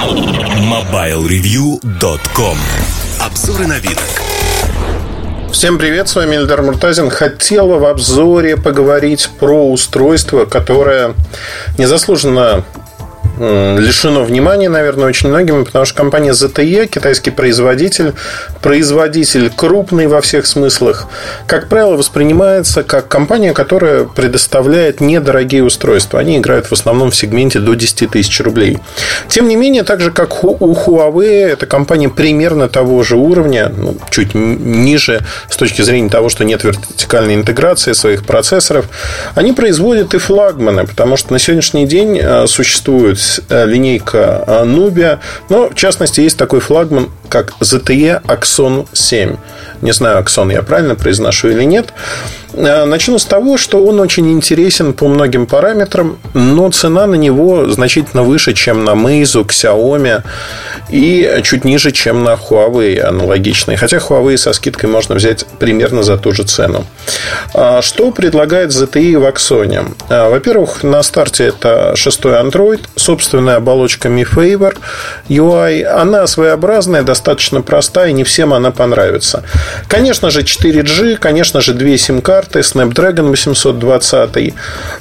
MobileReview.com. Обзоры новинок. Всем привет, с вами Эльдар Муртазин. Хотел в обзоре поговорить про устройство, которое незаслуженно лишено внимания, наверное, очень многими, потому что компания ZTE, китайский производитель крупный во всех смыслах, как правило, воспринимается как компания, которая предоставляет недорогие устройства. Они играют в основном в сегменте до 10 тысяч рублей. Тем не менее, так же, как у Huawei, эта компания примерно того же уровня, чуть ниже с точки зрения того, что нет вертикальной интеграции своих процессоров. Они производят и флагманы, потому что на сегодняшний день существует линейка Nubia, но в частности есть такой флагман, как ZTE Axon 7. Не знаю, Axon я правильно произношу или нет. Начну с того, что он очень интересен по многим параметрам, но цена на него значительно выше, чем на Meizu, Xiaomi, и чуть ниже, чем на Huawei аналогичный. Хотя Huawei со скидкой можно взять примерно за ту же цену. Что предлагает ZTE в Axon? Во-первых, на старте это 6-й Android, собственная оболочка Mi Favor UI. Она своеобразная, достаточно простая, и не всем она понравится. Конечно же, 4G, конечно же, 2 сим-карты, Snapdragon 820,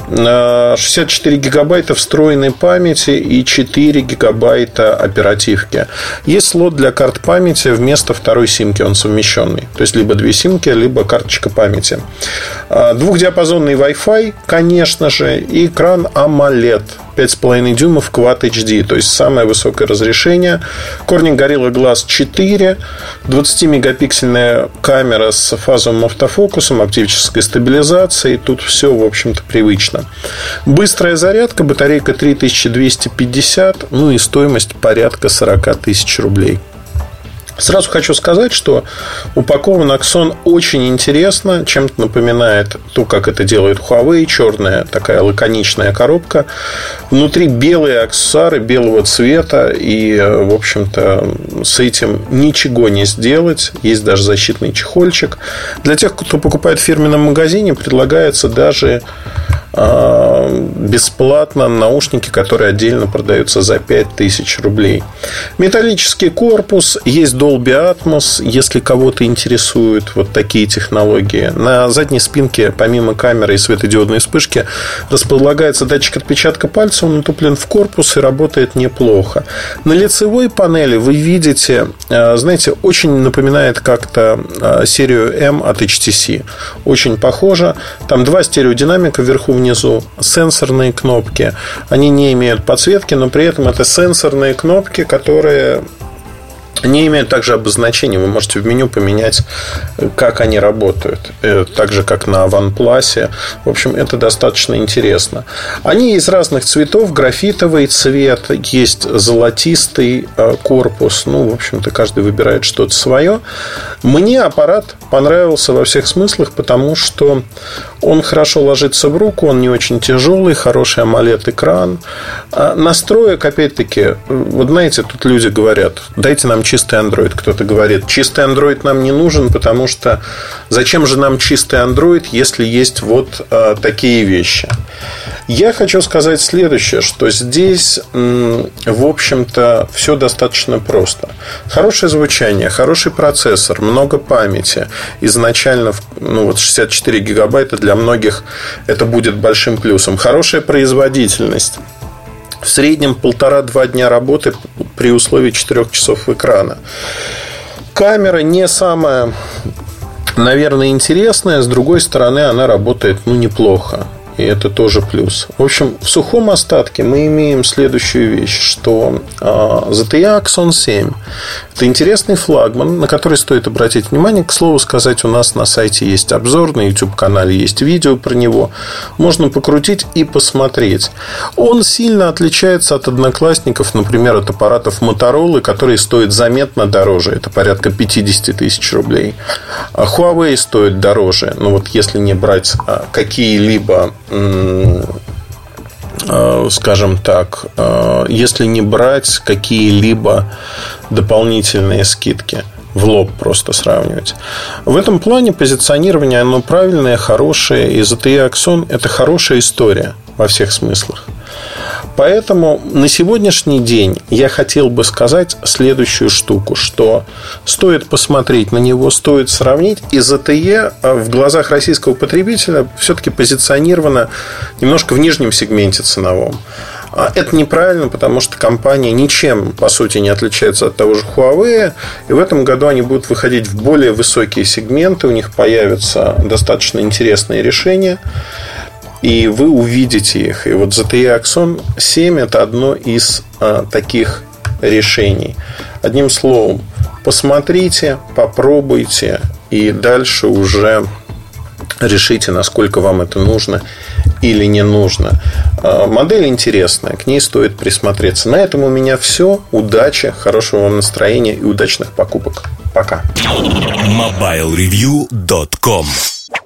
64 гигабайта встроенной памяти и 4 гигабайта оперативки. Есть слот для карт памяти вместо второй симки, он совмещенный. То есть, либо 2 симки, либо карточка памяти. Двухдиапазонный Wi-Fi, конечно же, и экран AMOLED 5,5 дюймов Quad HD, то есть самое высокое разрешение. Corning Gorilla Glass 4, 20-мегапиксельная камера с фазовым автофокусом, оптической стабилизацией. Тут все, в общем-то, привычно. Быстрая зарядка, батарейка 3250, и стоимость порядка 40 тысяч рублей. Сразу хочу сказать, что упакован Axon очень интересно. Чем-то напоминает то, как это делает Huawei. Черная такая лаконичная коробка. Внутри белые аксессуары белого цвета. И, в общем-то, с этим ничего не сделать. Есть даже защитный чехольчик. Для тех, кто покупает в фирменном магазине, предлагается даже бесплатно наушники, которые отдельно продаются за 5000 рублей. Металлический корпус, есть Dolby Atmos, если кого-то интересуют вот такие технологии. На задней спинке, помимо камеры и светодиодной вспышки, располагается датчик отпечатка пальца. Он утоплен в корпус и работает неплохо. На лицевой панели вы видите, знаете, очень напоминает как-то серию M от HTC. Очень похоже. Там 2 стереодинамика вверху, внизу, сенсорные кнопки. Они не имеют подсветки, но при этом это сенсорные кнопки, которые не имеют также обозначения. Вы можете в меню поменять, как они работают. Так же, как на OnePlus. В общем, это достаточно интересно. Они из разных цветов. Графитовый цвет, есть золотистый корпус. В общем-то, каждый выбирает что-то свое. Мне аппарат понравился во всех смыслах, потому что он хорошо ложится в руку, он не очень тяжелый, хороший AMOLED-экран. Настроек, опять-таки, вот знаете, тут люди говорят: дайте нам чистый Android. Кто-то говорит: чистый Android нам не нужен, потому что зачем же нам чистый Android, если есть вот такие вещи. Я хочу сказать следующее, что здесь, в общем-то, все достаточно просто. Хорошее звучание, хороший процессор, много памяти. Изначально 64 гигабайта для многих это будет большим плюсом. Хорошая производительность. В среднем 1,5-2 дня работы при условии 4 часов экрана. Камера не самая, наверное, интересная. С другой стороны, она работает неплохо. И это тоже плюс. В общем, в сухом остатке мы имеем следующую вещь, что ZTE Axon 7 – это интересный флагман, на который стоит обратить внимание. К слову сказать, у нас на сайте есть обзор, на YouTube-канале есть видео про него. Можно покрутить и посмотреть. Он сильно отличается от одноклассников, например, от аппаратов Motorola, которые стоят заметно дороже. Это порядка 50 тысяч рублей. А Huawei стоит дороже. Если не брать какие-либо, скажем так, если не брать какие-либо дополнительные скидки, в лоб просто сравнивать. В этом плане позиционирование, оно правильное, хорошее. И ZTE Axon – это хорошая история во всех смыслах. Поэтому на сегодняшний день я хотел бы сказать следующую штуку, что стоит посмотреть на него, стоит сравнить. И ZTE в глазах российского потребителя все-таки позиционировано немножко в нижнем сегменте ценовом. Это неправильно, потому что компания ничем, по сути, не отличается от того же Huawei. И в этом году они будут выходить в более высокие сегменты. У них появятся достаточно интересные решения. И вы увидите их. И вот ZTE Axon 7 – это одно из таких решений. Одним словом, посмотрите, попробуйте. И дальше уже решите, насколько вам это нужно или не нужно. Модель интересная, к ней стоит присмотреться. На этом у меня все. Удачи, хорошего вам настроения и удачных покупок. Пока. MobileReview.com